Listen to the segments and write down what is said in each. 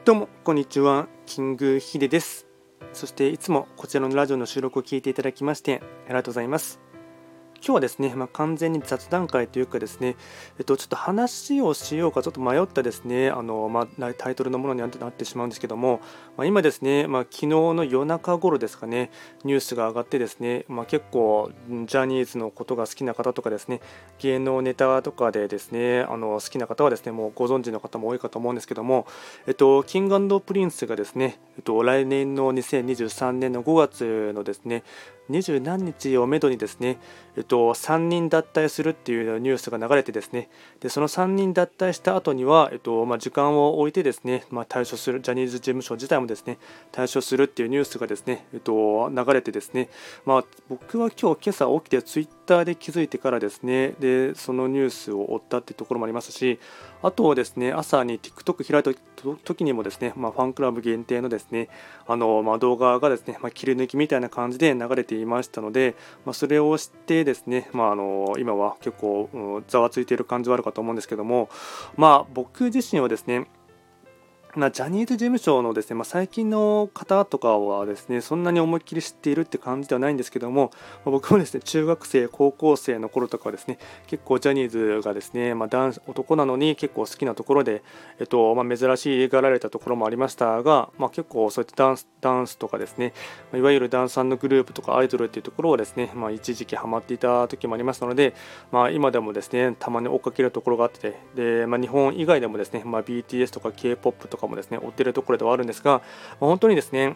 どうもこんにちは、キングヒデです。そしていつもこちらのラジオの収録を聞いていただきましてありがとうございます。今日はですね、完全に雑談会というかですね、ちょっと話をしようかちょっと迷ったですね、タイトルのものになってしまうんですけども、今ですね、昨日の夜中頃ですかね、ニュースが上がってですね、結構ジャニーズのことが好きな方とかですね、芸能ネタとかでですね、好きな方はですね、もうご存知の方も多いかと思うんですけども、キング&プリンスがですね、来年の2023年の5月のですね、20何日をめどにですね、3人脱退するっていうニュースが流れてですね、でその3人脱退した後には、時間を置いてですね、退所するジャニーズ事務所自体もですね退所するっていうニュースがですね、流れてですね、僕は今朝起きてツイッターで気づいてからですね、でそのニュースを追ったっていうところもありますし、あとですね、朝に TikTok 開いた時にもですね、ファンクラブ限定のですね、動画がですね、切り抜きみたいな感じで流れていましたので、それを知ってですね、今は結構、ざわついている感じはあるかと思うんですけども、僕自身はですね、ジャニーズ事務所のですね、最近の方とかはですね、そんなに思いっきり知っているって感じではないんですけども、僕もですね、中学生、高校生の頃とかはですね、結構ジャニーズがですね、男なのに結構好きなところで、珍しがられたところもありましたが、結構そういったダンスとかですね、いわゆるダンス&グループとかアイドルっていうところをですね、一時期ハマっていた時もありましたので、今でもですね、たまに追っかけるところがあって、で、日本以外でもですね、BTS とか K-POP とかもですね追っているところではあるんですが、本当にですね、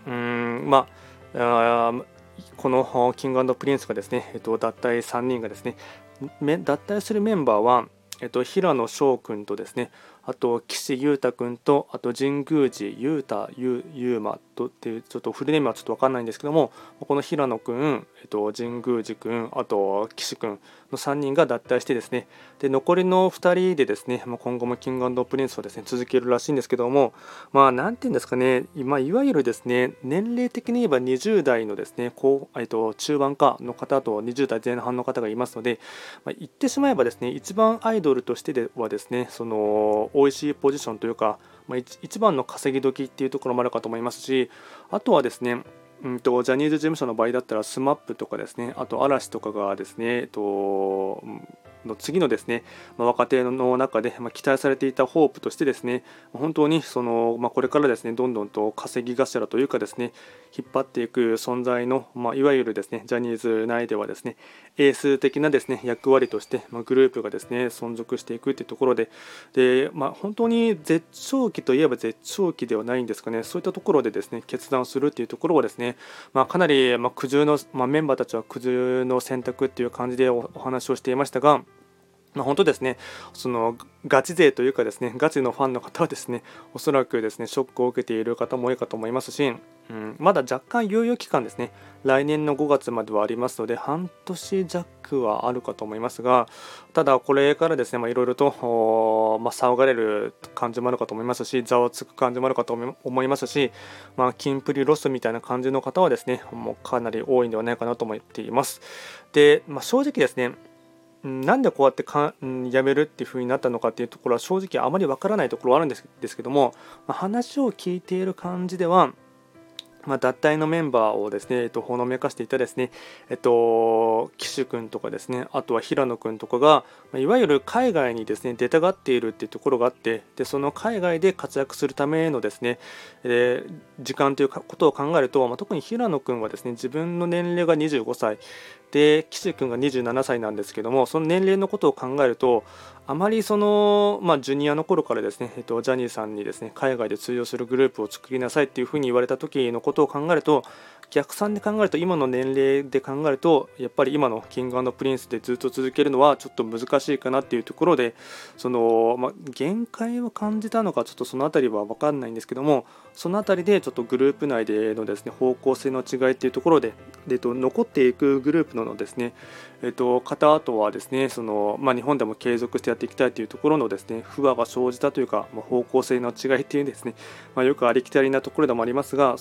このキング&プリンスがですね、脱退3人がですね、脱退するメンバーは、平野翔君とですね、あと岸優太君と、あと神宮寺優太優馬とっていう、ちょっとフルネームはちょっと分かんないんですけども、この平野君、神宮寺君、あと岸君の3人が脱退してですね、で残りの2人でですね、今後もキング&プリンスをですね続けるらしいんですけども、なんていうんですかね、いわゆるですね、年齢的に言えば20代のですね、中盤かの方と20代前半の方がいますので、言ってしまえばですね、一番アイドルとしてではですね、その美味しいポジションというか、一番の稼ぎ時っていうところもあるかと思いますし、あとはですね、ジャニーズ事務所の場合だったら SMAP とかですね、あと嵐とかがですね、の次のですね、若手の中で、期待されていたホープとしてですね、本当にその、これからですね、どんどんと稼ぎ頭というかですね、引っ張っていく存在の、いわゆるですね、ジャニーズ内ではですね、エース的なですね、役割として、グループがですね、存続していくというところで、本当に絶頂期といえば絶頂期ではないんですかね、そういったところでですね、決断するというところはですね、かなり、苦渋の、メンバーたちは苦渋の選択っていう感じでお話をしていましたが、本当ですね、そのガチ勢というかですね、ガチのファンの方はですね、おそらくですね、ショックを受けている方も多いかと思いますし、まだ若干猶予期間ですね、来年の5月まではありますので、半年弱はあるかと思いますが、ただこれからですね、いろいろと、騒がれる感じもあるかと思いますし、ざわつく感じもあるかと思いますし、キンプリロスみたいな感じの方はですね、もうかなり多いんではないかなと思っています。で、正直ですね、なんでこうやって辞めるっていう風になったのかっていうところは正直あまりわからないところはあるんですけども、話を聞いている感じでは、脱退のメンバーをですね、ほのめかしていたですね、岸君とかですね、あとは平野君とかが、いわゆる海外にですね、出たがっているっていうところがあって、でその海外で活躍するためのですね、時間ということを考えると、特に平野君はですね、自分の年齢が25歳で、岸君が27歳なんですけども、その年齢のことを考えると、あまりその、ジュニアの頃からですね、ジャニーさんにですね、海外で通用するグループを作りなさいっていうふうに言われた時のことを考えると、逆算で考えると、今の年齢で考えると、やっぱり今のキング&プリンスでずっと続けるのはちょっと難しいかなっていうところで、その、限界を感じたのか、ちょっとそのあたりは分かんないんですけども、そのあたりでちょっとグループ内でのですね、方向性の違いっていうところで、残っていくグループのですね、方とはですね、その、日本でも継続してやっていきたいというところのですね、不和が生じたというか、方向性の違いっていうですね、よくありきたりなところでもありますが、それによっ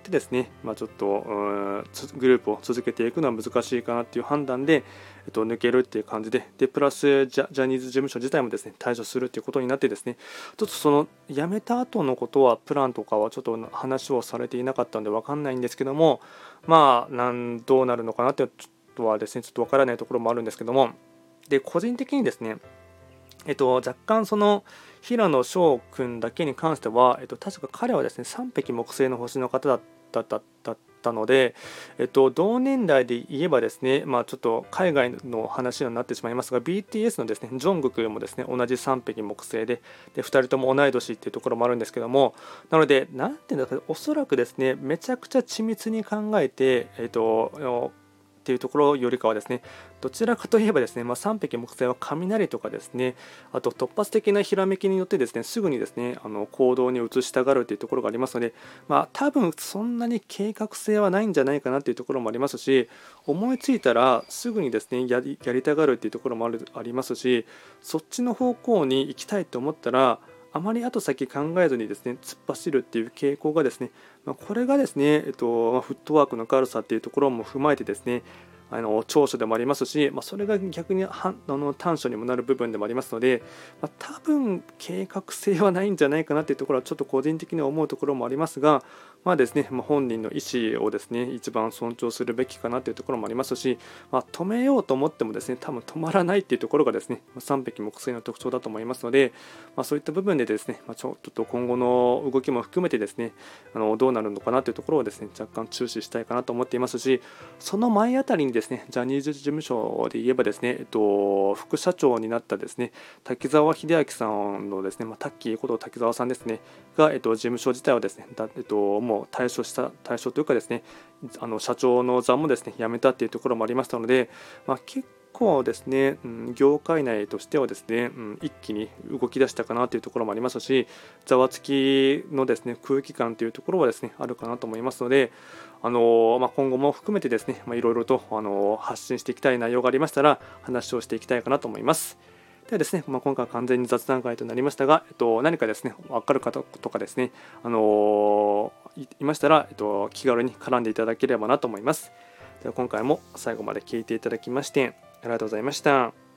ってですね、ちょっとグループを続けていくのは難しいかなっていう判断で、抜けるっていう感じで、プラスジャニーズ事務所自体もですね退所するっていうことになってですね、ちょっとその辞めた後のことはプランとかはちょっと話をされていなかったんで分かんないんですけども、どうなるのかなっていうのはですねちょっと分からないところもあるんですけども、で個人的にですね若干その平野翔君だけに関しては、確か彼はですね3匹木星の星の方だったので、同年代で言えばですね、ちょっと海外の話になってしまいますが、 BTS のですねジョングクもですね同じ3匹木星で、2人とも同い年っていうところもあるんですけども、なのでなんていうんですか、おそらくですねめちゃくちゃ緻密に考えて、っていうところよりかはですね、どちらかといえばですね、3匹木星は雷とかですね、あと突発的なひらめきによってですねすぐにですね行動に移したがるというところがありますので、多分そんなに計画性はないんじゃないかなというところもありますし、思いついたらすぐにですねやりたがるというところもありますし、そっちの方向に行きたいと思ったらあまり後先考えずにですね突っ走るっていう傾向がですね、これがですね、フットワークの軽さっていうところも踏まえてですね長所でもありますし、それが逆に短所にもなる部分でもありますので、多分計画性はないんじゃないかなというところはちょっと個人的に思うところもありますが、ですね、本人の意思をですね一番尊重するべきかなというところもありますし、止めようと思ってもですね多分止まらないというところがですね3匹木星の特徴だと思いますので、そういった部分でですね、ちょっと今後の動きも含めてですねどうなるのかなというところをですね若干注視したいかなと思っていますし、その前あたりにですねジャニーズ事務所で言えばですね、副社長になったですね滝沢秀明さんのですね、タッキーこと滝沢さんですねが、事務所自体はですねもう退所というかですね社長の座もですね辞めたっていうところもありましたので、結構ですね、業界内としてはですね、一気に動き出したかなというところもありますし、ざわつきのですね空気感というところはですねあるかなと思いますので、今後も含めてですね、いろいろと発信していきたい内容がありましたら話をしていきたいかなと思います。ではですね、今回は完全に雑談会となりましたが、何かですね分かる方とかですね、いましたら、気軽に絡んでいただければなと思います。では今回も最後まで聞いていただきましてありがとうございました。